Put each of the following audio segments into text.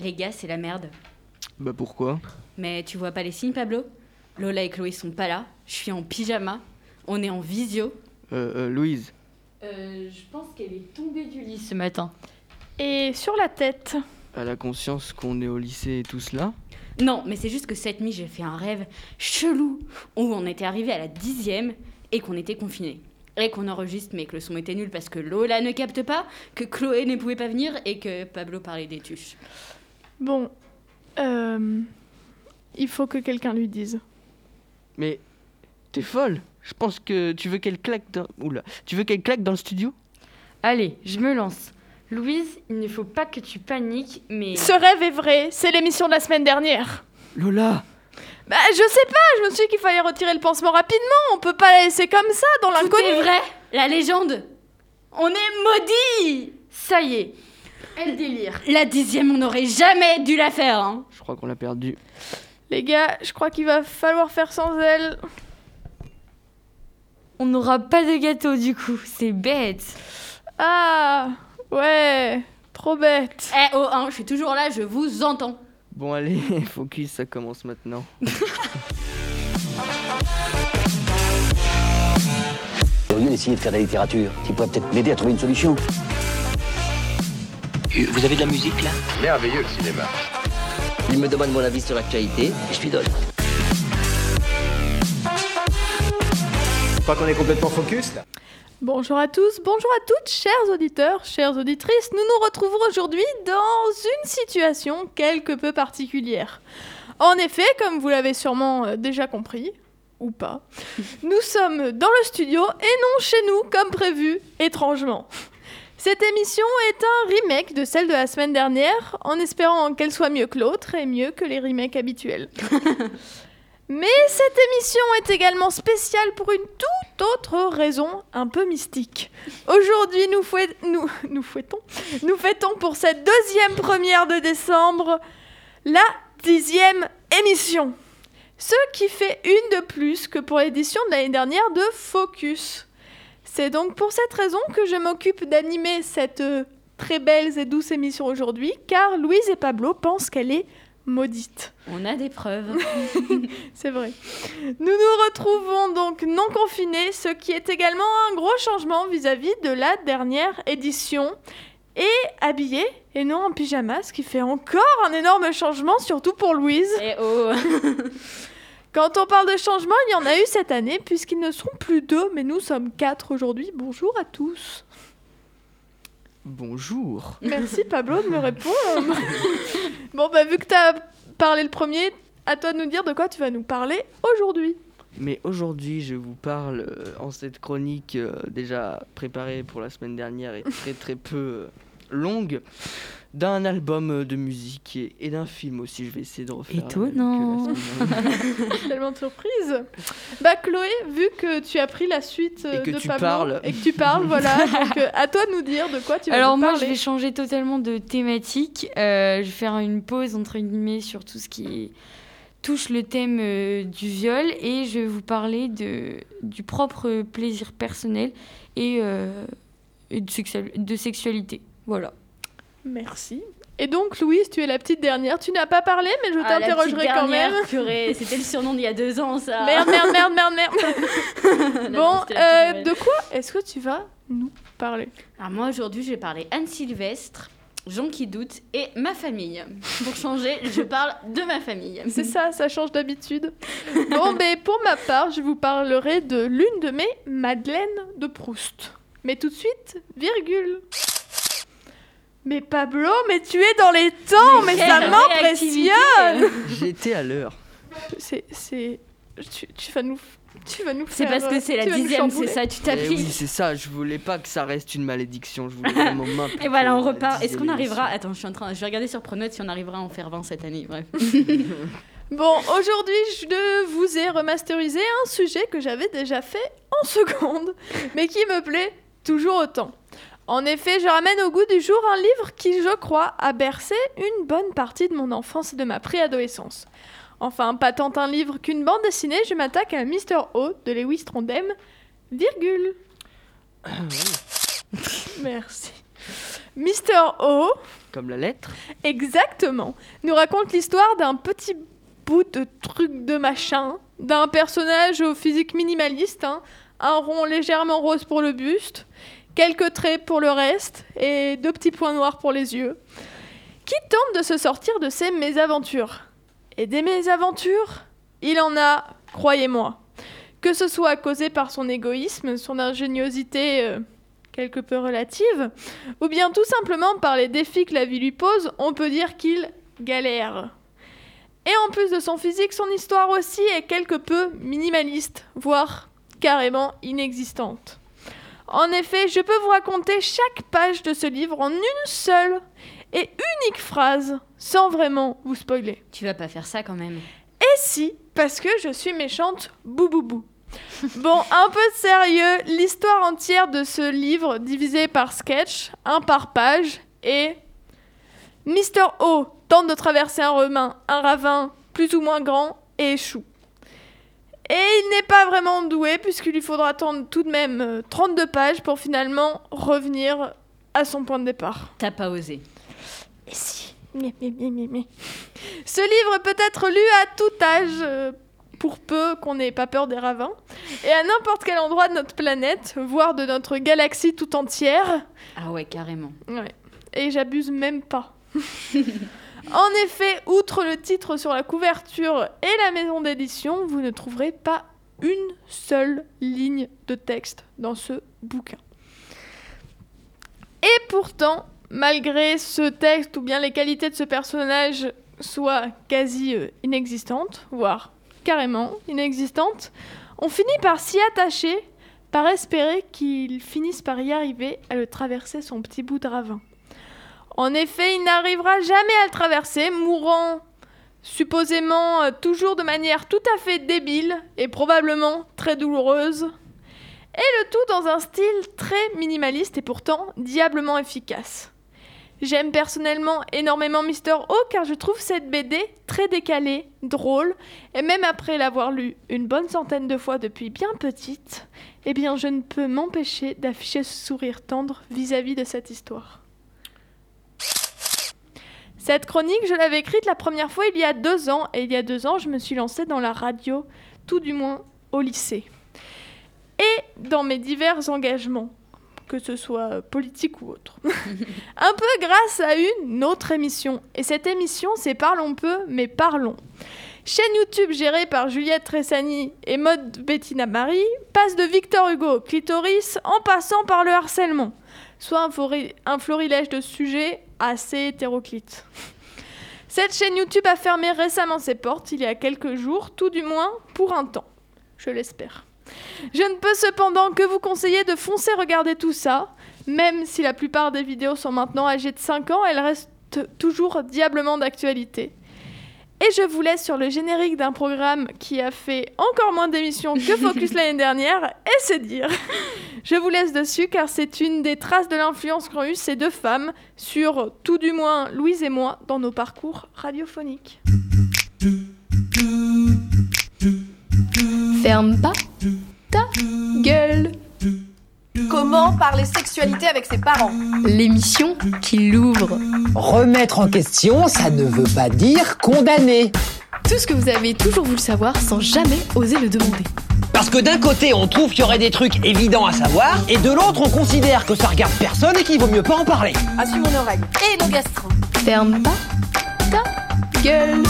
Les gars, c'est la merde. Bah pourquoi ? Mais tu vois pas les signes, Pablo ? Lola et Chloé sont pas là. Je suis en pyjama. On est en visio. Louise. Je pense qu'elle est tombée du lit ce matin. Et sur la tête. Elle a conscience qu'on est au lycée et tout cela ? Non, mais c'est juste que cette nuit, j'ai fait un rêve chelou où on était arrivé à la 10e et qu'on était confinés. Et qu'on enregistre, mais que le son était nul parce que Lola ne capte pas, que Chloé ne pouvait pas venir et que Pablo parlait des tuches. Bon, il faut que quelqu'un lui dise. Mais t'es folle ? Je pense que tu veux qu'elle claque dans... Oula, tu veux qu'elle claque dans le studio ? Allez, je me lance. Louise, il ne faut pas que tu paniques, mais... Ce rêve est vrai, c'est l'émission de la semaine dernière. Lola ! Bah, je sais pas, je me suis dit qu'il fallait retirer le pansement rapidement, on peut pas la laisser comme ça, dans Tout l'inconnu. est vrai, la légende. On est maudits. Ça y est, elle délire. La 10e, on n'aurait jamais dû la faire, hein. Je crois qu'on l'a perdue. Les gars, je crois qu'il va falloir faire sans elle. On n'aura pas de gâteau du coup, c'est bête. Ah, ouais, trop bête. Eh oh, hein, je suis toujours là, je vous entends. Bon allez, focus, ça commence maintenant. Au lieu d'essayer de faire de la littérature, qui pourrait peut-être m'aider à trouver une solution. Vous avez de la musique là ? Merveilleux le cinéma. Il me demande mon avis sur l'actualité et je lui donne. Je crois qu'on est complètement focus là. Bonjour à tous, bonjour à toutes, chers auditeurs, chères auditrices. Nous nous retrouvons aujourd'hui dans une situation quelque peu particulière. En effet, comme vous l'avez sûrement déjà compris, ou pas, nous sommes dans le studio et non chez nous comme prévu, étrangement. Cette émission est un remake de celle de la semaine dernière, en espérant qu'elle soit mieux que l'autre et mieux que les remakes habituels. Mais cette émission est également spéciale pour une toute autre raison, un peu mystique. Aujourd'hui, nous fêtons pour cette deuxième première de décembre la 10e émission. Ce qui fait une de plus que pour l'édition de l'année dernière de Focus. C'est donc pour cette raison que je m'occupe d'animer cette très belle et douce émission aujourd'hui, car Louise et Pablo pensent qu'elle est maudite. On a des preuves. C'est vrai. Nous nous retrouvons donc non confinés, ce qui est également un gros changement vis-à-vis de la dernière édition. Et habillés, et non en pyjama, ce qui fait encore un énorme changement, surtout pour Louise. Eh oh. Quand on parle de changement, il y en a eu cette année, puisqu'ils ne sont plus 2, mais nous sommes 4 aujourd'hui. Bonjour à tous. Bonjour. Merci Pablo de me répondre. Bon, bah vu que tu as parlé le premier, à toi de nous dire de quoi tu vas nous parler aujourd'hui. Mais aujourd'hui, je vous parle en cette chronique déjà préparée pour la semaine dernière et très très peu longue, d'un album de musique et d'un film aussi. Je vais essayer de refaire. Étonnant. Tellement de surprise. Bah Chloé, vu que tu as pris la suite Et que de tu Pablo parles. et que tu parles, voilà, donc à toi de nous dire de quoi tu vas Alors nous moi, parler. je vais changer totalement de thématique. Je vais faire une pause entre guillemets sur tout ce qui touche le thème du viol et je vais vous parler du propre plaisir personnel et de sexualité. Voilà. Merci. Et donc Louise, tu es la petite dernière. Tu n'as pas parlé, mais je t'interrogerai quand même. Purée, c'était le surnom d'il y a 2 ans, ça. Merde. Bon, c'était la petite de quoi est-ce que tu vas nous parler ? Alors moi, aujourd'hui, je vais parler Anne-Sylvestre, Jean qui doute et ma famille. Pour changer, je parle de ma famille. C'est ça change d'habitude. Bon, ben pour ma part, je vous parlerai de l'une de mes Madeleines de Proust. Mais tout de suite, virgule. Mais Pablo, mais tu es dans les temps, mais ça m'impressionne. J'étais à l'heure. Tu vas nous faire... C'est parce que c'est la tu vas nous 10e, c'est chambouler. ça, tu Eh t'appliques. oui, c'est ça, je voulais pas que ça reste une malédiction, je voulais vraiment m'impliquer. Et voilà, on dans la repart. Est-ce qu'on 10e arrivera... émission. Attends, je vais regarder sur Pronote si on arrivera à en faire 20 cette année, bref. Bon, aujourd'hui, je vous ai remasterisé un sujet que j'avais déjà fait en seconde, mais qui me plaît toujours autant. En effet, je ramène au goût du jour un livre qui, je crois, a bercé une bonne partie de mon enfance et de ma préadolescence. Enfin, pas tant un livre qu'une bande dessinée, je m'attaque à Mr. O de Lewis Trondheim, virgule. Merci. Mr. O, Comme la lettre. exactement, nous raconte l'histoire d'un petit bout de truc de machin, d'un personnage au physique minimaliste, un rond légèrement rose pour le buste, quelques traits pour le reste et 2 petits points noirs pour les yeux, qui tente de se sortir de ses mésaventures. Et des mésaventures, il en a, croyez-moi. Que ce soit causé par son égoïsme, son ingéniosité quelque peu relative, ou bien tout simplement par les défis que la vie lui pose, on peut dire qu'il galère. Et en plus de son physique, son histoire aussi est quelque peu minimaliste, voire carrément inexistante. En effet, je peux vous raconter chaque page de ce livre en une seule et unique phrase, sans vraiment vous spoiler. Tu vas pas faire ça quand même. Et si, parce que je suis méchante, bouboubou. Bon, un peu de sérieux, l'histoire entière de ce livre, divisé par sketch, un par page, et Mr. O tente de traverser un ravin plus ou moins grand et échoue. Et il n'est pas vraiment doué puisqu'il lui faudra attendre tout de même 32 pages pour finalement revenir à son point de départ. T'as pas osé. Et si mais. Ce livre peut être lu à tout âge, pour peu qu'on n'ait pas peur des ravins, et à n'importe quel endroit de notre planète, voire de notre galaxie tout entière. Ah ouais, carrément. Ouais. Et j'abuse même pas. En effet, outre le titre sur la couverture et la maison d'édition, vous ne trouverez pas une seule ligne de texte dans ce bouquin. Et pourtant, malgré ce texte ou bien les qualités de ce personnage soient quasi inexistantes, voire carrément inexistantes, on finit par s'y attacher, par espérer qu'il finisse par y arriver à le traverser son petit bout de ravin. En effet, il n'arrivera jamais à le traverser, mourant supposément toujours de manière tout à fait débile et probablement très douloureuse. Et le tout dans un style très minimaliste et pourtant diablement efficace. J'aime personnellement énormément Mr. O car je trouve cette BD très décalée, drôle, et même après l'avoir lue une bonne centaine de fois depuis bien petite, eh bien je ne peux m'empêcher d'afficher ce sourire tendre vis-à-vis de cette histoire. Cette chronique, je l'avais écrite la première fois il y a 2 ans, et il y a 2 ans, je me suis lancée dans la radio, tout du moins au lycée. Et dans mes divers engagements, que ce soit politique ou autre. Un peu grâce à une autre émission. Et cette émission, c'est Parlons peu, mais parlons. Chaîne YouTube gérée par Juliette Tressani et Maud Bettina Marie passe de Victor Hugo au clitoris en passant par le harcèlement. Soit un florilège de sujets assez hétéroclites. Cette chaîne YouTube a fermé récemment ses portes, il y a quelques jours, tout du moins pour un temps. Je l'espère. Je ne peux cependant que vous conseiller de foncer regarder tout ça, même si la plupart des vidéos sont maintenant âgées de 5 ans, elles restent toujours diablement d'actualité. Et je vous laisse sur le générique d'un programme qui a fait encore moins d'émissions que Focus l'année dernière, et c'est dire. Je vous laisse dessus car c'est une des traces de l'influence qu'ont eu ces 2 femmes sur, tout du moins, Louise et moi, dans nos parcours radiophoniques. Ferme pas ta gueule. Comment parler sexualité avec ses parents? L'émission qui l'ouvre. Remettre en question, ça ne veut pas dire condamner. Tout ce que vous avez toujours voulu savoir sans jamais oser le demander. Parce que d'un côté, on trouve qu'il y aurait des trucs évidents à savoir, et de l'autre, on considère que ça regarde personne et qu'il vaut mieux pas en parler. Assume mon oreille. Et nos gastro. Ferme pas ta gueule.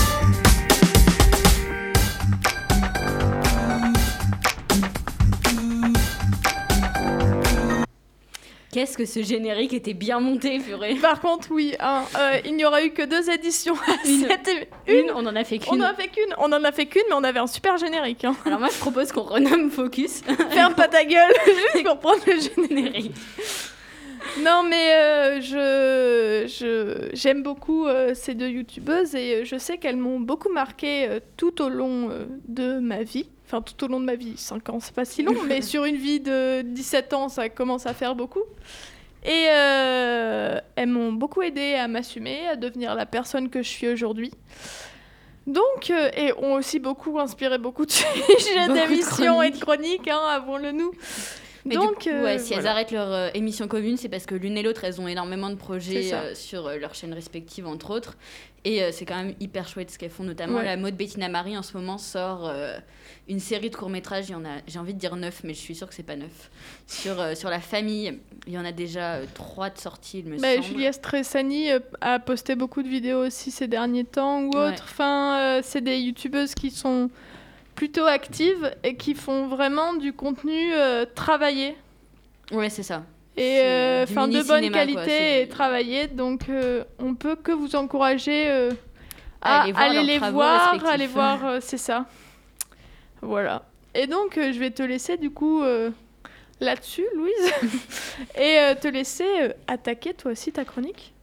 Qu'est-ce que ce générique était bien monté, purée. Par contre, oui, il n'y aura eu que 2 éditions. Une, on en a fait qu'une. On en a fait qu'une, mais on avait un super générique. Hein. Alors moi, je propose qu'on renomme Focus. Ferme pas ta gueule, juste pour prendre le générique. Non, mais j'aime beaucoup ces 2 youtubeuses et je sais qu'elles m'ont beaucoup marqué tout au long de ma vie. Enfin, tout au long de ma vie, 5 ans, c'est pas si long, mais sur une vie de 17 ans, ça commence à faire beaucoup. Et elles m'ont beaucoup aidée à m'assumer, à devenir la personne que je suis aujourd'hui. Donc, et ont aussi beaucoup inspiré beaucoup de sujets d'émissions et de chroniques, hein, avouons-le nous. Mais Donc, du coup, si elles voilà. arrêtent leur émission commune, c'est parce que l'une et l'autre, elles ont énormément de C'est projets ça. sur leurs chaînes respectives, entre autres. Et c'est quand même hyper chouette ce qu'elles font, notamment Ouais. la mode Bettina Marie en ce moment sort une série de courts-métrages. Il y en a, j'ai envie de dire 9, mais je suis sûre que c'est pas 9. Sur la famille, il y en a déjà 3 de sorties, il me semble. Julia Stressani a posté beaucoup de vidéos aussi ces derniers temps ou Ouais. autres. Enfin, c'est des youtubeuses qui sont plutôt actives et qui font vraiment du contenu travaillé. Ouais, c'est ça. Et C'est du de bonne mini-cinéma, qualité quoi, c'est et du- travaillé. Donc, on peut que vous encourager à Aller voir aller leurs les travaux voir, respectifs. aller voir, c'est ça. Voilà. Et donc, je vais te laisser du coup là-dessus, Louise, et te laisser attaquer toi aussi ta chronique.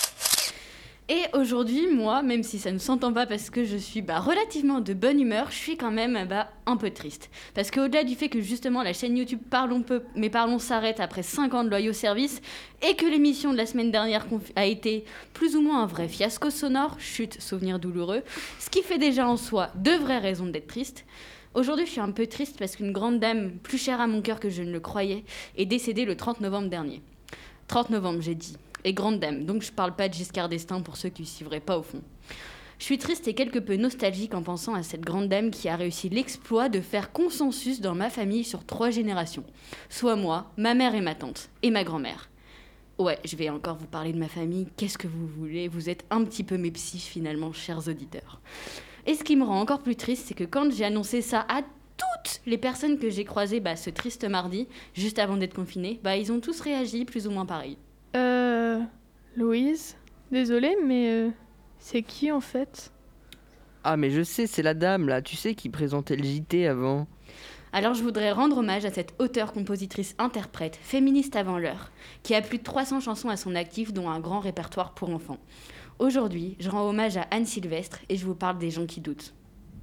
Et aujourd'hui, moi, même si ça ne s'entend pas parce que je suis relativement de bonne humeur, je suis quand même un peu triste. Parce qu'au-delà du fait que justement la chaîne YouTube Parlons peu, mais Parlons s'arrête après 5 ans de loyaux services et que l'émission de la semaine dernière a été plus ou moins un vrai fiasco sonore, chute, souvenir douloureux, ce qui fait déjà en soi de vraies raisons d'être triste. Aujourd'hui, je suis un peu triste parce qu'une grande dame, plus chère à mon cœur que je ne le croyais, est décédée le 30 novembre dernier. 30 novembre, j'ai dit. Et grande dame, donc je parle pas de Giscard d'Estaing pour ceux qui ne suivraient pas au fond. Je suis triste et quelque peu nostalgique en pensant à cette grande dame qui a réussi l'exploit de faire consensus dans ma famille sur 3 générations. Soit moi, ma mère et ma tante, et ma grand-mère. Ouais, je vais encore vous parler de ma famille, qu'est-ce que vous voulez, vous êtes un petit peu mes psys finalement, chers auditeurs. Et ce qui me rend encore plus triste, c'est que quand j'ai annoncé ça à toutes les personnes que j'ai croisées ce triste mardi, juste avant d'être confinée, ils ont tous réagi plus ou moins pareil. Louise, désolée, mais c'est qui en fait ? Ah, mais je sais, c'est la dame là, tu sais, qui présentait le JT avant. Alors je voudrais rendre hommage à cette auteure, compositrice, interprète, féministe avant l'heure, qui a plus de 300 chansons à son actif, dont un grand répertoire pour enfants. Aujourd'hui, je rends hommage à Anne Sylvestre et je vous parle des gens qui doutent.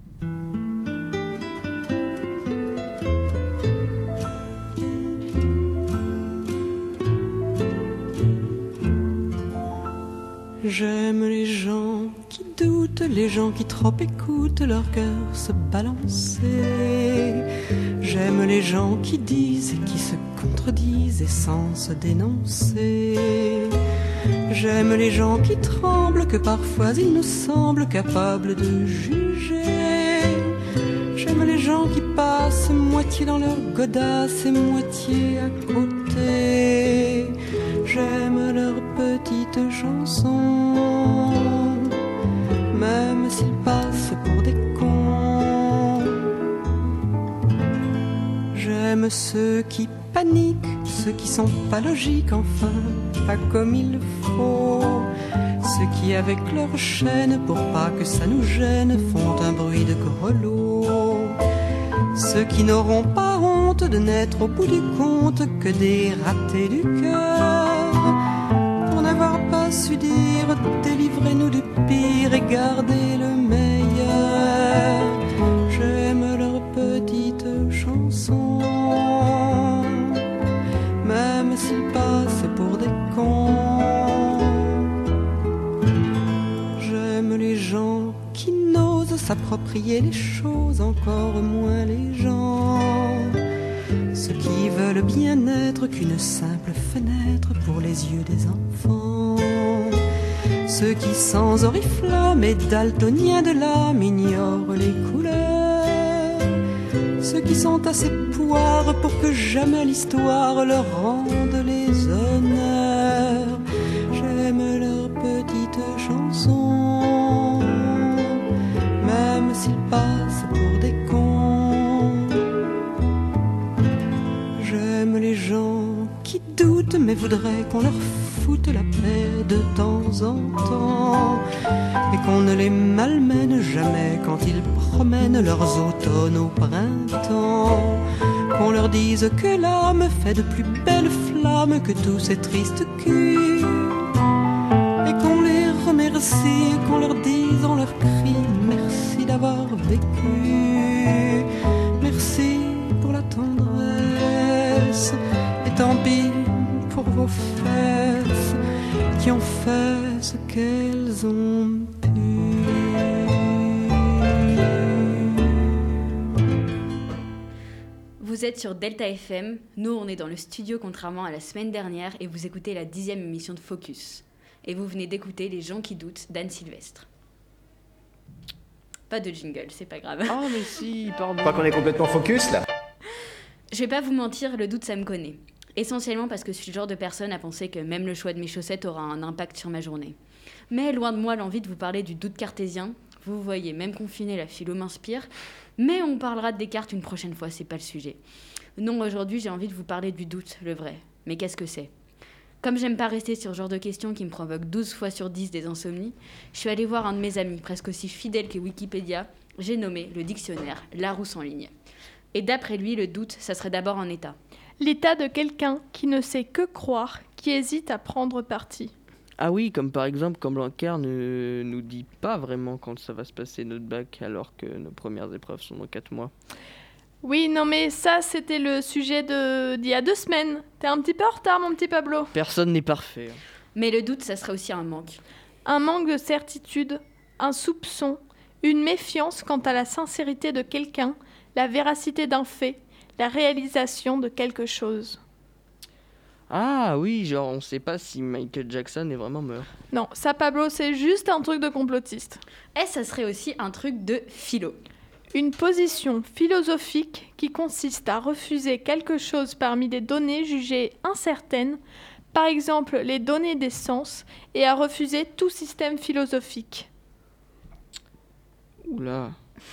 J'aime les gens qui doutent, les gens qui trop écoutent leur cœur se balancer. J'aime les gens qui disent et qui se contredisent et sans se dénoncer. J'aime les gens qui tremblent, que parfois ils nous semblent capables de juger. J'aime les gens qui passent moitié dans leur godasse et moitié à côté. J'aime leurs petites chansons, même s'ils passent pour des cons. J'aime ceux qui paniquent, ceux qui sont pas logiques, enfin, pas comme il faut. Ceux qui avec leur chaîne, pour pas que ça nous gêne, font un bruit de grelot. Ceux qui n'auront pas honte de n'être au bout du compte que des ratés du cœur. Pour n'avoir pas su dire, délivrez-nous du pire et gardez le meilleur. J'aime leurs petites chansons, même s'ils passent pour des cons. J'aime les gens qui n'osent s'approprier les choses, encore moins les gens. Ceux qui veulent bien être qu'une simple fenêtre pour les yeux des enfants. Ceux qui sans oriflamme et daltoniens de l'âme ignorent les couleurs. Ceux qui sont assez poires pour que jamais l'histoire leur rende les honneurs. J'aime leurs petites chansons, même s'ils passent pour des cons. J'aime les gens qui doutent mais voudraient qu'on leur foute la paix de temps en temps et qu'on ne les malmène jamais quand ils promènent leurs automnes au printemps. Qu'on leur dise que l'âme fait de plus belles flammes que tous ces tristes culs et qu'on les remercie, qu'on leur dise en leur cri merci d'avoir vécu, merci pour la tendresse et tant pis pour vos fesses qui ont fait ce qu'elles ont pu. Vous êtes sur Delta FM, nous on est dans le studio contrairement à la semaine dernière et vous écoutez la 10e émission de Focus. Et vous venez d'écouter Les gens qui doutent d'Anne Sylvestre. Pas de jingle, c'est pas grave. Oh mais si, pardon. Je crois qu'on est complètement focus là. Je vais pas vous mentir, le doute ça me connaît. Essentiellement parce que je suis le genre de personne à penser que même le choix de mes chaussettes aura un impact sur ma journée. Mais loin de moi l'envie de vous parler du doute cartésien. Vous voyez, même confiné, la philo m'inspire. Mais on parlera de Descartes une prochaine fois, c'est pas le sujet. Non, aujourd'hui j'ai envie de vous parler du doute, le vrai. Mais qu'est-ce que c'est ? Comme j'aime pas rester sur ce genre de questions qui me provoquent 12 fois sur 10 des insomnies, je suis allée voir un de mes amis, presque aussi fidèle que Wikipédia. J'ai nommé le dictionnaire Larousse en ligne. Et d'après lui, le doute, ça serait d'abord un état. L'état de quelqu'un qui ne sait que croire, qui hésite à prendre parti. Ah oui, comme par exemple quand Blanquer ne nous dit pas vraiment quand ça va se passer notre bac alors que nos premières épreuves sont dans 4 mois. Oui, non mais ça c'était le sujet d'il y a 2 semaines. T'es un petit peu en retard mon petit Pablo. Personne n'est parfait. Mais le doute, ça serait aussi un manque. Un manque de certitude, un soupçon, une méfiance quant à la sincérité de quelqu'un, la véracité d'un fait, la réalisation de quelque chose. Ah oui, genre on sait pas si Michael Jackson est vraiment mort. Non, ça Pablo c'est juste un truc de complotiste. Et ça serait aussi un truc de philo. Une position philosophique qui consiste à refuser quelque chose parmi des données jugées incertaines, par exemple les données des sens, et à refuser tout système philosophique. Oula.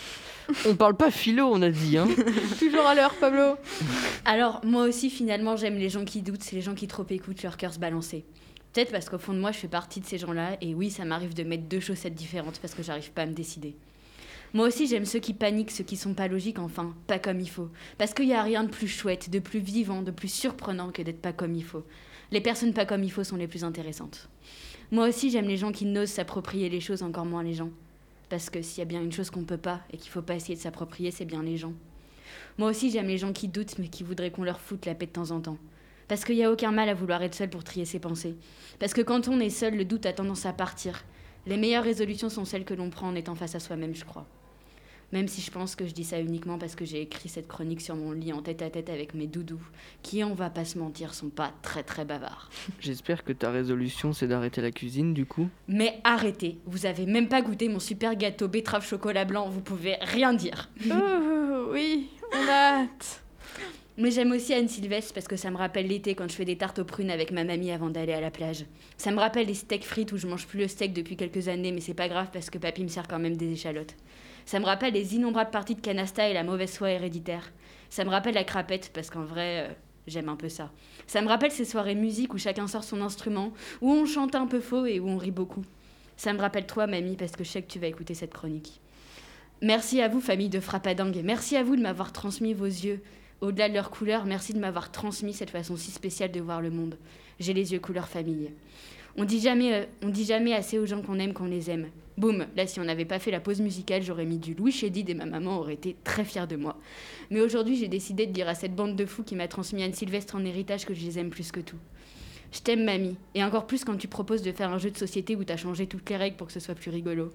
On parle pas philo, on a dit, hein. Toujours à l'heure, Pablo. Alors, moi aussi, finalement, j'aime les gens qui doutent, c'est les gens qui trop écoutent leur cœur se balancer. Peut-être parce qu'au fond de moi, je fais partie de ces gens-là, et oui, ça m'arrive de mettre 2 chaussettes différentes parce que j'arrive pas à me décider. Moi aussi, j'aime ceux qui paniquent, ceux qui sont pas logiques, enfin, pas comme il faut. Parce qu'il y a rien de plus chouette, de plus vivant, de plus surprenant que d'être pas comme il faut. Les personnes pas comme il faut sont les plus intéressantes. Moi aussi, j'aime les gens qui n'osent s'approprier les choses, encore moins les gens. Parce que s'il y a bien une chose qu'on peut pas et qu'il faut pas essayer de s'approprier, c'est bien les gens. Moi aussi, j'aime les gens qui doutent, mais qui voudraient qu'on leur foute la paix de temps en temps. Parce qu'il y a aucun mal à vouloir être seul pour trier ses pensées. Parce que quand on est seul, le doute a tendance à partir. Les meilleures résolutions sont celles que l'on prend en étant face à soi-même, je crois. Même si je pense que je dis ça uniquement parce que j'ai écrit cette chronique sur mon lit en tête-à-tête avec mes doudous, qui, on va pas se mentir, sont pas très très bavards. J'espère que ta résolution c'est d'arrêter la cuisine du coup. Mais arrêtez, vous avez même pas goûté mon super gâteau betterave chocolat blanc, vous pouvez rien dire. Oui, on a hâte. Mais j'aime aussi Anne Sylvestre parce que ça me rappelle l'été quand je fais des tartes aux prunes avec ma mamie avant d'aller à la plage. Ça me rappelle les steaks frites où je mange plus le steak depuis quelques années, mais c'est pas grave parce que papy me sert quand même des échalotes. Ça me rappelle les innombrables parties de canasta et la mauvaise foi héréditaire. Ça me rappelle la crapette parce qu'en vrai, j'aime un peu ça. Ça me rappelle ces soirées musique où chacun sort son instrument, où on chante un peu faux et où on rit beaucoup. Ça me rappelle toi, mamie, parce que je sais que tu vas écouter cette chronique. Merci à vous, famille de frappadingue. Merci à vous de m'avoir transmis vos yeux. Au-delà de leur couleur, merci de m'avoir transmis cette façon si spéciale de voir le monde. J'ai les yeux couleur famille. On dit jamais assez aux gens qu'on aime qu'on les aime. Boum, là si on n'avait pas fait la pause musicale, j'aurais mis du Louis Chédid et ma maman aurait été très fière de moi. Mais aujourd'hui, j'ai décidé de dire à cette bande de fous qui m'a transmis Anne Sylvestre en héritage que je les aime plus que tout. Je t'aime, mamie, et encore plus quand tu proposes de faire un jeu de société où t'as changé toutes les règles pour que ce soit plus rigolo.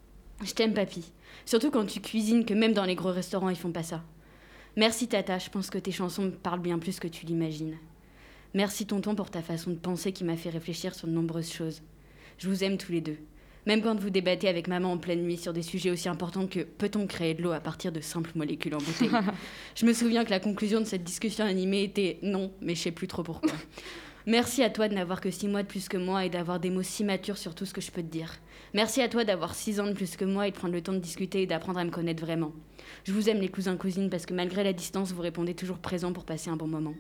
Je t'aime, papy, surtout quand tu cuisines, que même dans les gros restaurants, ils font pas ça. Merci, tata, je pense que tes chansons me parlent bien plus que tu l'imagines. Merci, tonton, pour ta façon de penser qui m'a fait réfléchir sur de nombreuses choses. Je vous aime tous les deux. Même quand vous débattez avec maman en pleine nuit sur des sujets aussi importants que peut-on créer de l'eau à partir de simples molécules en bouteille. Je me souviens que la conclusion de cette discussion animée était non, mais je sais plus trop pourquoi. Merci à toi de n'avoir que 6 mois de plus que moi et d'avoir des mots si matures sur tout ce que je peux te dire. Merci à toi d'avoir 6 ans de plus que moi et de prendre le temps de discuter et d'apprendre à me connaître vraiment. Je vous aime les cousins-cousines parce que malgré la distance, vous répondez toujours présent pour passer un bon moment.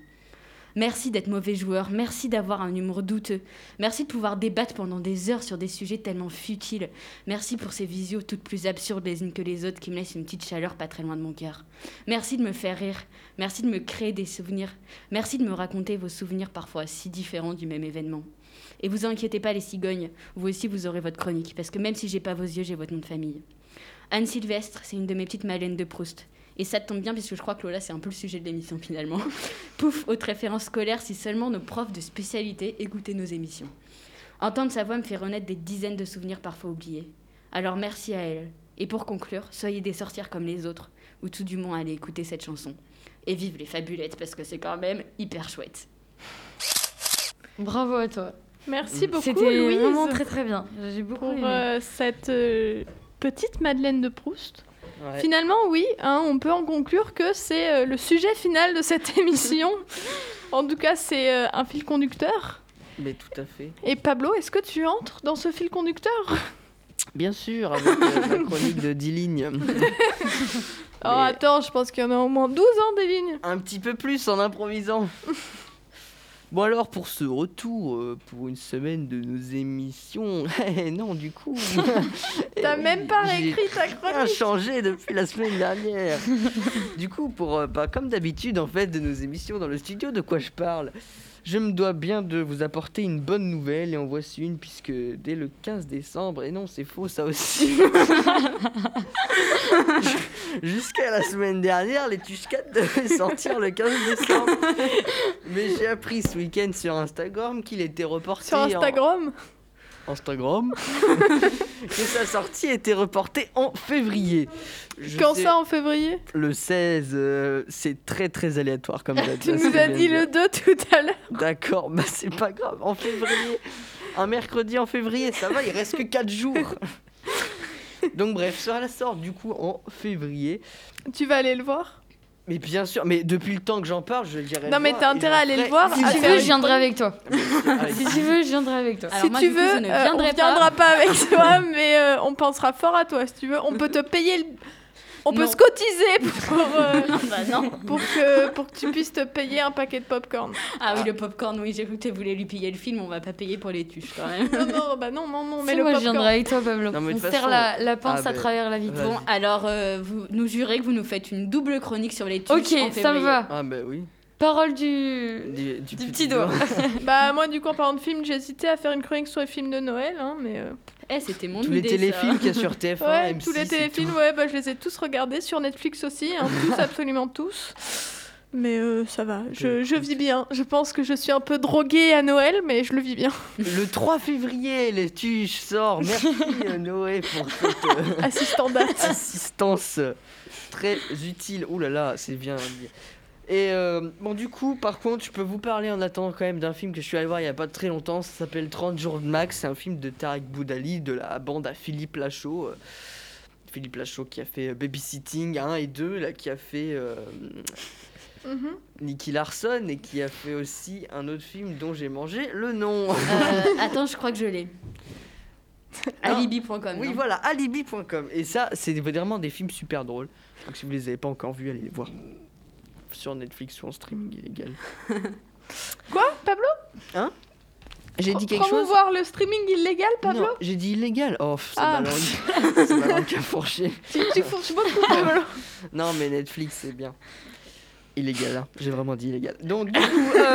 Merci d'être mauvais joueur, merci d'avoir un humour douteux, merci de pouvoir débattre pendant des heures sur des sujets tellement futiles, merci pour ces visios toutes plus absurdes les unes que les autres qui me laissent une petite chaleur pas très loin de mon cœur. Merci de me faire rire, merci de me créer des souvenirs, merci de me raconter vos souvenirs parfois si différents du même événement. Et vous inquiétez pas les cigognes, vous aussi vous aurez votre chronique, parce que même si j'ai pas vos yeux, j'ai votre nom de famille. Anne Sylvestre, c'est une de mes petites Madeleines de Proust. Et ça tombe bien puisque je crois que Lola, c'est un peu le sujet de l'émission finalement. Pouf, haute référence scolaire si seulement nos profs de spécialité écoutaient nos émissions. Entendre sa voix me fait renaître des dizaines de souvenirs parfois oubliés. Alors merci à elle. Et pour conclure, soyez des sorcières comme les autres, ou tout du moins allez écouter cette chanson. Et vive les fabulettes, parce que c'est quand même hyper chouette. Bravo à toi. Merci beaucoup, C'était Louise, vraiment très très bien. J'ai beaucoup pour aimé. cette petite Madeleine de Proust. Ouais. Finalement, oui, hein, on peut en conclure que c'est le sujet final de cette émission. En tout cas, c'est un fil conducteur. Mais tout à fait. Et Pablo, est-ce que tu entres dans ce fil conducteur ? Bien sûr, avec la chronique de 10 lignes. Oh, attends, je pense qu'il y en a au moins 12 des lignes. Un petit peu plus en improvisant. Bon alors, pour ce retour, pour une semaine de nos émissions... non, du coup... T'as même pas réécrit ta Rien chronique. changé depuis la semaine dernière. Du coup, pour comme d'habitude, en fait, de nos émissions dans le studio, de quoi je parle, je me dois bien de vous apporter une bonne nouvelle, et en voici une, puisque dès le 15 décembre, et non, c'est faux, ça aussi. Jusqu'à la semaine dernière, les Tuches 4 devaient sortir le 15 décembre. Mais j'ai appris ce week-end sur Instagram qu'il était reporté Sur Instagram Instagram que sa sortie était reportée en février. Quand ça, en février ? Le 16, c'est très très aléatoire comme date. Tu nous as dit le 2 tout à l'heure. D'accord, bah c'est pas grave. En février, un mercredi en février, ça va, il reste que 4 jours. Donc bref, ça la sort du coup en février. Tu vas aller le voir ? Mais bien sûr, mais depuis le temps que j'en parle, je dirais. Non, mais t'as intérêt à aller le voir. Si tu veux, je viendrai avec toi. Si tu veux, je viendrai avec toi. Alors Si moi, tu du coup, veux, je ne on viendrai viendra pas avec toi, mais on pensera fort à toi, si tu veux. On peut te payer On peut Non. se cotiser non. pour que tu puisses te payer un paquet de popcorn. Ah oui, le popcorn, oui, j'ai cru que tu voulais lui payer le film, on va pas payer pour les tuches quand même. Non, mais Si, le moi, je popcorn. viendrai avec toi, Pablo. Non, mais de On toute serre façon- la pince Ah, à bah, travers la vitre. vas-y. Bon, alors, vous nous jurez que vous nous faites une double chronique sur les tuches Ok, en février. ça me va. Ah bah oui. Parole du petit doigt. Bah, moi, du coup, en parlant de films, j'ai hésité à faire une chronique sur les films de Noël, hein, mais... C'était mon Tous les idée, téléfilms ça. qu'il y a sur TF1, Ouais, M6 tous les et téléfilms, tout. ouais, bah, je les ai tous regardés sur Netflix aussi, hein, tous, absolument tous. Mais ça va, je vis bien. Je pense que je suis un peu droguée à Noël, mais je le vis bien. Le 3 février, les tuches sortent. Merci Noé pour cette Assistant date. assistance très utile. Ouh là là, c'est bien dit. Et bon, du coup, par contre, je peux vous parler en attendant quand même d'un film que je suis allé voir il y a pas très longtemps. Ça s'appelle 30 jours de max. C'est un film de Tarek Boudali, de la bande à Philippe Lachaud. Philippe Lachaud qui a fait Babysitting 1 et 2, là, qui a fait Nicky Larson et qui a fait aussi un autre film dont j'ai mangé le nom. Attends, je crois que je l'ai. Alibi.com. Oui, non voilà, alibi.com. Et ça, c'est vraiment des films super drôles. Donc si vous les avez pas encore vus, allez les voir. Sur Netflix ou en streaming illégal. Quoi, Pablo? Hein? J'ai dit quelque chose? Promouvoir le streaming illégal, Pablo? Non, j'ai dit illégal. Oh, c'est Ah. ma langue. C'est ma langue qui a fourché. Tu fourches beaucoup, Pablo. Non, mais Netflix, c'est bien. Illégal, hein. J'ai vraiment dit illégal. Donc, du coup,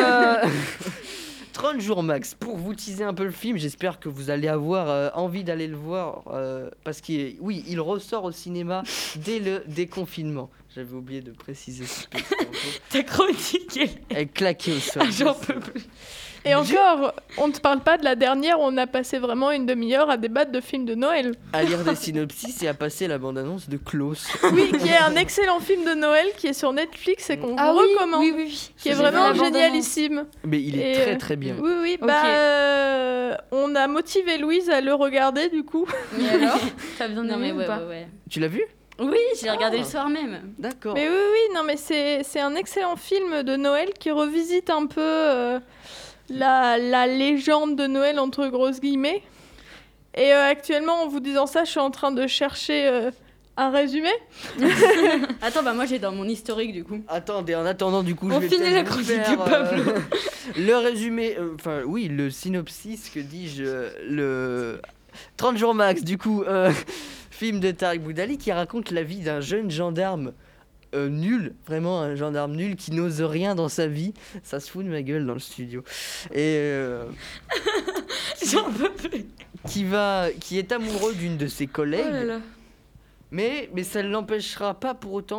30 jours max. Pour vous teaser un peu le film, j'espère que vous allez avoir envie d'aller le voir. Parce qu'il il ressort au cinéma dès le déconfinement. J'avais oublié de préciser ce petit info. Ta chronique, Elle est claquée au sol. j'en peux plus. Et encore, on ne te parle pas de la dernière où on a passé vraiment une demi-heure à débattre de films de Noël. À lire des synopsis et à passer la bande-annonce de Klaus. Oui, qui est un excellent film de Noël qui est sur Netflix et qu'on vous recommande. Oui. Qui est J'ai vraiment vu la génialissime. Mais il est Et, très très bien. Oui, Ok. on a motivé Louise à le regarder du coup. Mais alors, t'as bien Non, aimé mais ou pas? ouais. Tu l'as vu? Oui, j'ai regardé le soir même. D'accord. Mais oui, non, mais c'est un excellent film de Noël qui revisite un peu la légende de Noël entre grosses guillemets. Et actuellement, en vous disant ça, je suis en train de chercher un résumé. Attends, bah moi j'ai dans mon historique du coup. Attendez, en attendant, du coup, je On vais finit peut-être la vous chronique faire, de Pablo. le résumé, enfin, oui, le synopsis, que dis-je, le 30 jours max, du coup, film de Tarek Boudali qui raconte la vie d'un jeune gendarme nul, vraiment un gendarme nul qui n'ose rien dans sa vie. Ça se fout de ma gueule dans le studio. Et J'en peux plus. qui est amoureux d'une de ses collègues. Oh là là. Mais ça ne l'empêchera pas pour autant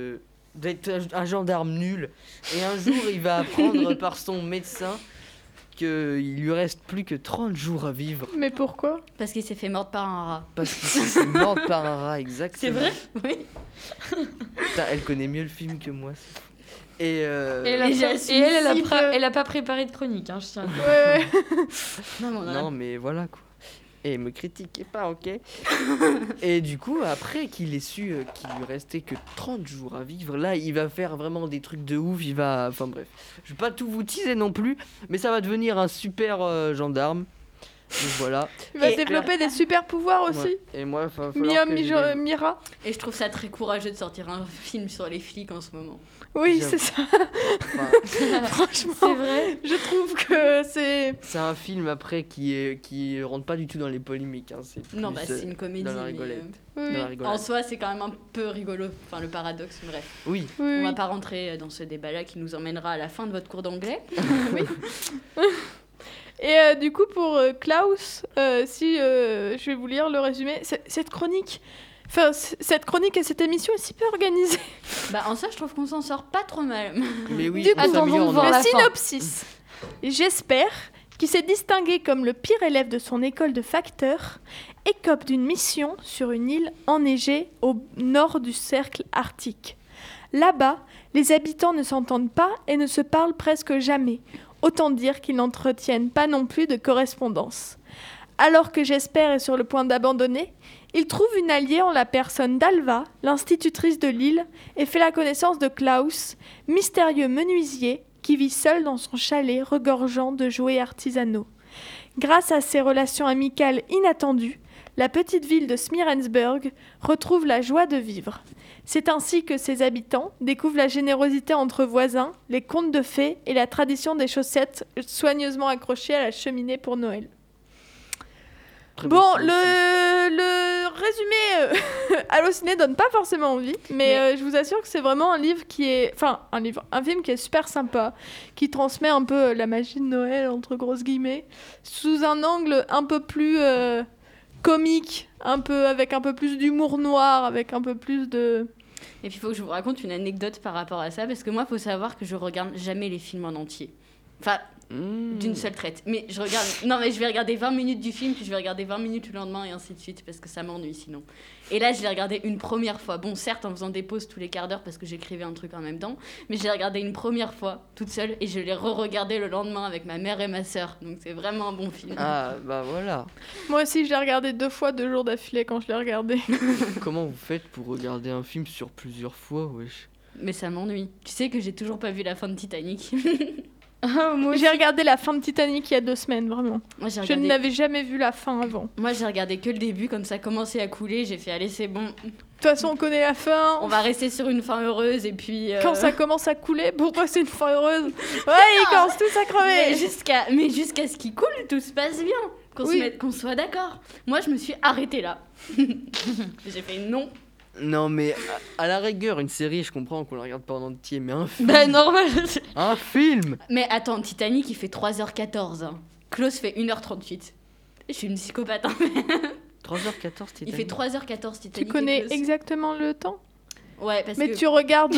d'être un gendarme nul. Et un jour, il va apprendre par son médecin qu'il lui reste plus que 30 jours à vivre. Mais pourquoi ? Parce qu'il s'est fait mordre par un rat. Parce qu'il s'est mort par un rat, exactement. C'est vrai ? Oui. Putain, elle connaît mieux le film que moi. C'est fou. Et elle a pas préparé de chronique, hein, je tiens. Ouais. Non, mais voilà quoi. Et me critiquez pas, ok. Et du coup, après qu'il ait su qu'il lui restait que 30 jours à vivre, là, il va faire vraiment des trucs de ouf. Enfin bref, je vais pas tout vous teaser non plus, mais ça va devenir un super gendarme. Donc voilà. Il va développer des super pouvoirs aussi. Ouais. Et moi, il va falloir Mira. Et je trouve ça très courageux de sortir un film sur les flics en ce moment. Oui, c'est ça. Franchement, c'est vrai. Je trouve que c'est... C'est un film après qui rentre pas du tout dans les polémiques. Hein. Non, c'est une comédie. Dans la rigolette. Oui. Dans la rigolade. En soi, c'est quand même un peu rigolo. Enfin, le paradoxe, bref. Oui. On va pas rentrer dans ce débat-là qui nous emmènera à la fin de votre cours d'anglais. Oui. Et du coup, pour Klaus, je vais vous lire le résumé. Cette chronique et cette émission est si peu organisée. Bah, en ça, je trouve qu'on s'en sort pas trop mal. Mais oui, du coup, le synopsis. J'espère qu'il s'est distingué comme le pire élève de son école de facteur, écope d'une mission sur une île enneigée au nord du cercle arctique. Là-bas, les habitants ne s'entendent pas et ne se parlent presque jamais. Autant dire qu'ils n'entretiennent pas non plus de correspondance. Alors que Jesper est sur le point d'abandonner, il trouve une alliée en la personne d'Alva, l'institutrice de l'île, et fait la connaissance de Klaus, mystérieux menuisier qui vit seul dans son chalet regorgeant de jouets artisanaux. Grâce à ces relations amicales inattendues, la petite ville de Smirensburg retrouve la joie de vivre. C'est ainsi que ses habitants découvrent la générosité entre voisins, les contes de fées et la tradition des chaussettes soigneusement accrochées à la cheminée pour Noël. Bon, le résumé Allociné donne pas forcément envie, mais je vous assure que c'est vraiment un livre qui est... Enfin, un film qui est super sympa, qui transmet un peu la magie de Noël, entre grosses guillemets, sous un angle un peu plus comique, avec un peu plus d'humour noir, avec un peu plus de... Et puis il faut que je vous raconte une anecdote par rapport à ça, parce que moi, il faut savoir que je regarde jamais les films en entier. Enfin, d'une seule traite. Mais je vais regarder 20 minutes du film, puis je vais regarder 20 minutes le lendemain, et ainsi de suite, parce que ça m'ennuie sinon. Et là, je l'ai regardé une première fois. Bon, certes, en faisant des pauses tous les quarts d'heure, parce que j'écrivais un truc en même temps, mais je l'ai regardé une première fois, toute seule, et je l'ai re-regardé le lendemain avec ma mère et ma sœur. Donc c'est vraiment un bon film. Ah, bah voilà. Moi aussi, je l'ai regardé 2 fois, 2 jours d'affilée quand je l'ai regardé. Comment vous faites pour regarder un film sur plusieurs fois, wesh? Mais ça m'ennuie. Tu sais que j'ai toujours pas vu la fin de Titanic. J'ai regardé la fin de Titanic il y a 2 semaines, vraiment. Moi, Je n'avais jamais vu la fin avant. Moi, j'ai regardé que le début, quand ça a commencé à couler, j'ai fait allez, c'est bon. De toute façon, on connaît la fin. On va rester sur une fin heureuse, et puis... Quand ça commence à couler, pourquoi c'est une fin heureuse? Ouais, ils commencent tous à crever. Mais jusqu'à ce qu'il coule, tout se passe bien. Qu'on soit d'accord. Moi, je me suis arrêtée là. J'ai fait non. Non, mais à la rigueur, une série, je comprends qu'on la regarde pas en entier, mais un film... Bah, normal. Un film. Mais attends, Titanic, il fait 3h14. Hein. Klaus fait 1h38. Je suis une psychopathe. Hein. 3h14, Titanic. Il fait 3h14, Titanic. Tu connais exactement le temps? Ouais, parce mais que... tu regardes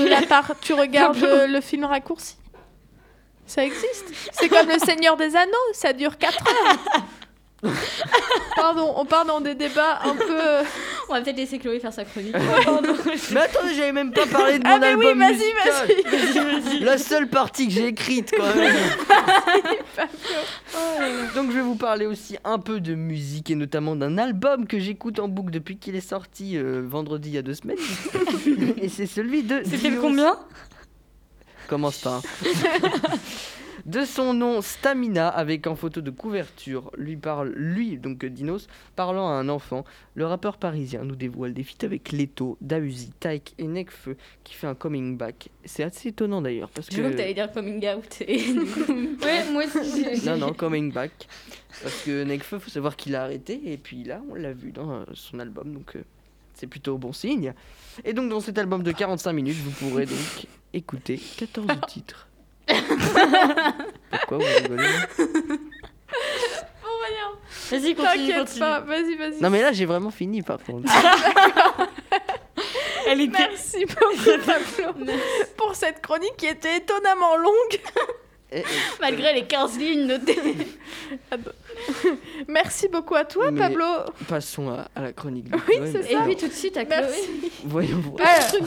le film raccourci. Ça existe. C'est comme Le Seigneur des Anneaux, ça dure 4 heures. Pardon, on part dans des débats un peu... On va peut-être laisser Chloé faire sa chronique. Mais attendez, j'avais même pas parlé de mon album musical. Vas-y. La seule partie que j'ai écrite, quand même. Donc je vais vous parler aussi un peu de musique, et notamment d'un album que j'écoute en boucle depuis qu'il est sorti vendredi il y a 2 semaines. Et c'est celui de... C'était le combien? Commence pas. De son nom Stamina, avec en photo de couverture, donc Dinos, parlant à un enfant. Le rappeur parisien nous dévoile des feats avec Leto, Dahuzi, Taïk et Nekfeu, qui fait un coming back. C'est assez étonnant d'ailleurs, parce que... Je crois que t'allais dire coming out. Ouais, moi aussi. Non, coming back. Parce que Nekfeu, faut savoir qu'il a arrêté, et puis là, on l'a vu dans son album, donc c'est plutôt bon signe. Et donc dans cet album de 45 minutes, vous pourrez donc écouter 14 titres. Pourquoi vous rigolez? Bon, rien. Vas-y, continue. T'inquiète pas, vas-y. Non mais là j'ai vraiment fini par contre. Merci beaucoup Pablo pour cette chronique qui était étonnamment longue. Malgré les 15 lignes notées. Merci beaucoup à toi, Mais Pablo. Passons à la chronique de Oui, Chloé. c'est Et ça. puis tout de suite à Chloé. Merci. Voyons voir.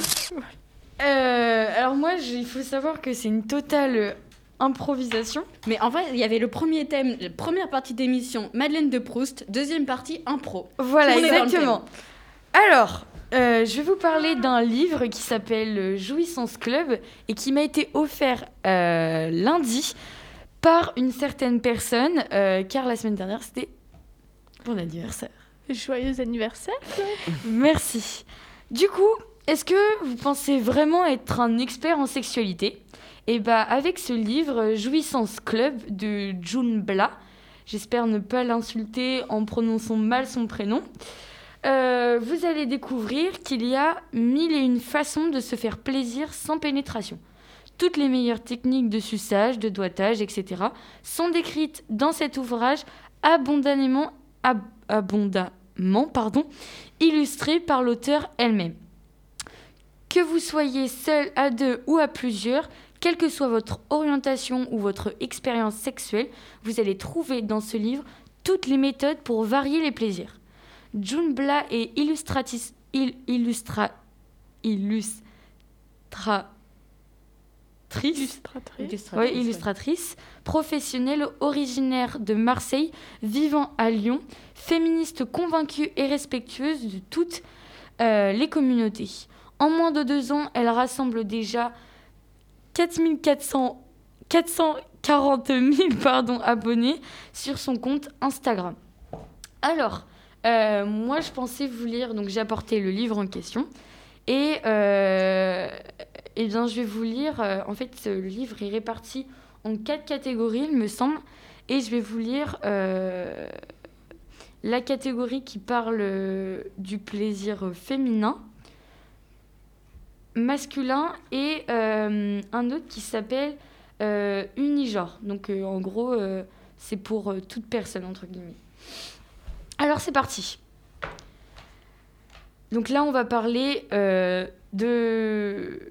Alors moi, il faut savoir que c'est une totale improvisation. Mais en vrai, il y avait le premier thème, la première partie d'émission, Madeleine de Proust, deuxième partie, impro. Voilà, On est dans le exactement. Alors, je vais vous parler d'un livre qui s'appelle Jouissance Club et qui m'a été offert lundi par une certaine personne, car la semaine dernière, c'était mon anniversaire. Joyeux anniversaire. Merci. Du coup, est-ce que vous pensez vraiment être un expert en sexualité ? Et avec ce livre, Jouissance Club de June Bla, j'espère ne pas l'insulter en prononçant mal son prénom, vous allez découvrir qu'il y a 1001 façons de se faire plaisir sans pénétration. Toutes les meilleures techniques de suçage, de doigtage, etc. sont décrites dans cet ouvrage abondamment illustré par l'auteur elle-même. Que vous soyez seul, à deux ou à plusieurs, quelle que soit votre orientation ou votre expérience sexuelle, vous allez trouver dans ce livre toutes les méthodes pour varier les plaisirs. June Bla est illustratrice, professionnelle originaire de Marseille, vivant à Lyon, féministe convaincue et respectueuse de toutes les communautés. En moins de 2 ans, elle rassemble déjà 440 000 abonnés sur son compte Instagram. Alors, moi je pensais vous lire, donc j'ai apporté le livre en question, et bien je vais vous lire, en fait le livre est réparti en 4 catégories il me semble, et je vais vous lire la catégorie qui parle du plaisir féminin, masculin, et un autre qui s'appelle unigenre. Donc en gros, c'est pour toute personne, entre guillemets. Alors c'est parti. Donc là, on va parler de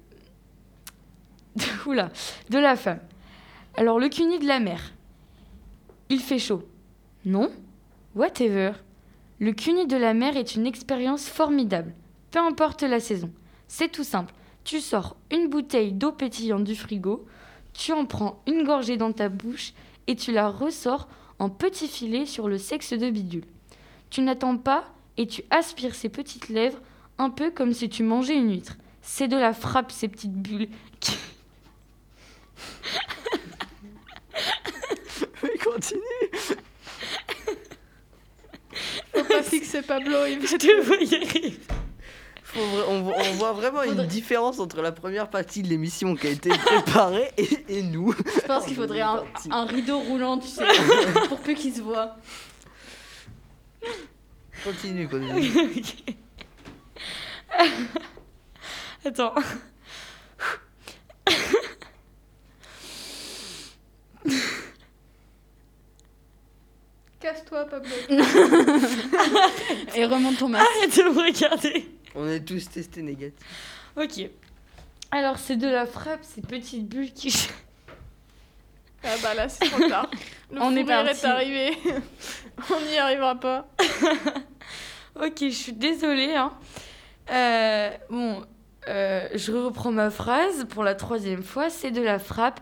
la femme. Alors le cuni de la mer. Il fait chaud. Non? Whatever. Le cuni de la mer est une expérience formidable. Peu importe la saison. C'est tout simple. Tu sors une bouteille d'eau pétillante du frigo, tu en prends une gorgée dans ta bouche et tu la ressors en petits filets sur le sexe de bidule. Tu n'attends pas et tu aspires ses petites lèvres un peu comme si tu mangeais une huître. C'est de la frappe, ces petites bulles. Mais continue. Faut pas fixer Pablo, il Je te vois y arriver. On voit vraiment une différence entre la première partie de l'émission qui a été préparée et nous. Je pense qu'il faudrait un rideau roulant, tu sais, pour plus qu'il se voit. Continue. Okay. Attends. Casse-toi, Pablo. Et remonte ton masque. Arrête de me regarder. On est tous testés négatifs. Ok. Alors, c'est de la frappe, ces petites bulles qui... Ah bah là, c'est trop tard. On est parti. est arrivé. On n'y arrivera pas. Ok, je suis désolée. Hein. Je reprends ma phrase pour la 3e fois. C'est de la frappe.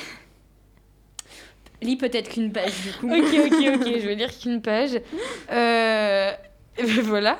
Lis peut-être qu'une page, du coup. Ok, je vais lire qu'une page. Et ben voilà.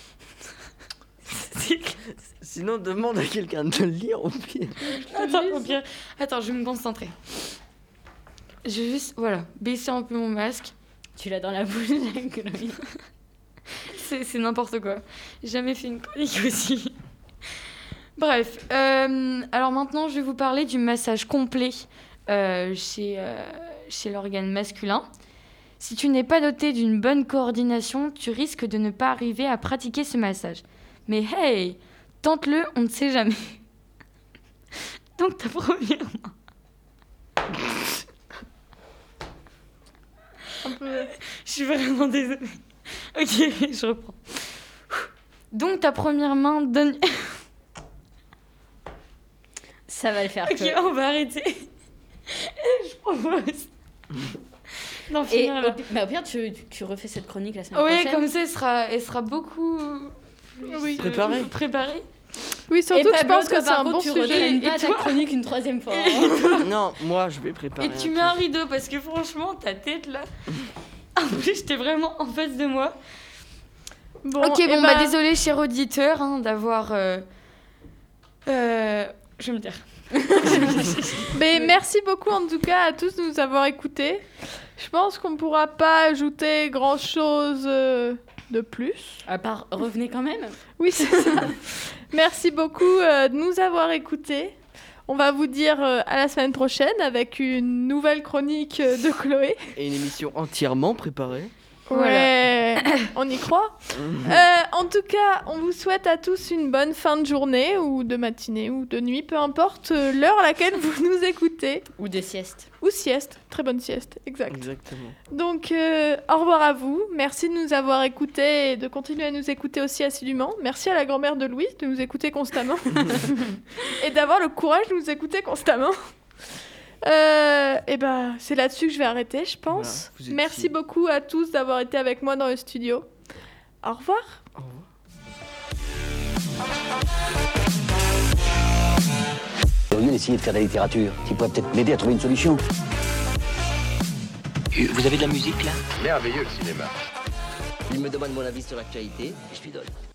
Sinon, demande à quelqu'un de le lire au pire. Attends, je vais me concentrer. Je vais juste, baisser un peu mon masque. Tu l'as dans la bouche, Chloé. C'est n'importe quoi. J'ai jamais fait une chronique aussi. Bref. Alors maintenant, je vais vous parler du massage complet chez l'organe masculin. Si tu n'es pas doté d'une bonne coordination, tu risques de ne pas arriver à pratiquer ce massage. Mais hey, tente-le, on ne sait jamais. Donc ta première main. Je suis vraiment désolée. Ok, je reprends. Donc ta première main donne... Ça va le faire. Ok, on va arrêter. Je prends Non, Et finir là. au pire, tu refais cette chronique la semaine Oui, prochaine. comme ça, elle sera beaucoup Oui. Préparée. Oui, surtout que je pense que c'est un bon tu sujet. retiens Et pas ta toi chronique une troisième fois. Non, moi je vais préparer. Et tu mets un rideau parce que franchement, ta tête là. En plus, j'étais vraiment en face de moi. Bon, Ok, eh bon, ben, désolé, cher auditeur, d'avoir. Je vais me taire. mais merci beaucoup en tout cas à tous de nous avoir écoutés. Je pense qu'on ne pourra pas ajouter grand-chose de plus. À part, revenez quand même. Oui, c'est ça. Merci beaucoup de nous avoir écoutés. On va vous dire à la semaine prochaine avec une nouvelle chronique de Chloé. Et une émission entièrement préparée. Ouais, on y croit. En tout cas, on vous souhaite à tous une bonne fin de journée ou de matinée ou de nuit, peu importe l'heure à laquelle vous nous écoutez. Ou de sieste. Ou sieste, très bonne sieste, exact. Exactement. Donc, au revoir à vous. Merci de nous avoir écoutés et de continuer à nous écouter aussi assidûment. Merci à la grand-mère de Louise de nous écouter constamment et d'avoir le courage de nous écouter constamment. Et ben, c'est là-dessus que je vais arrêter, je pense. Voilà, Merci beaucoup à tous d'avoir été avec moi dans le studio. Au revoir. Au revoir. Vous auriez essayé de faire de la littérature. Tu pourrais peut-être m'aider à trouver une solution. Vous avez de la musique là? Merveilleux le cinéma. Il me demande mon avis sur l'actualité et je lui donne.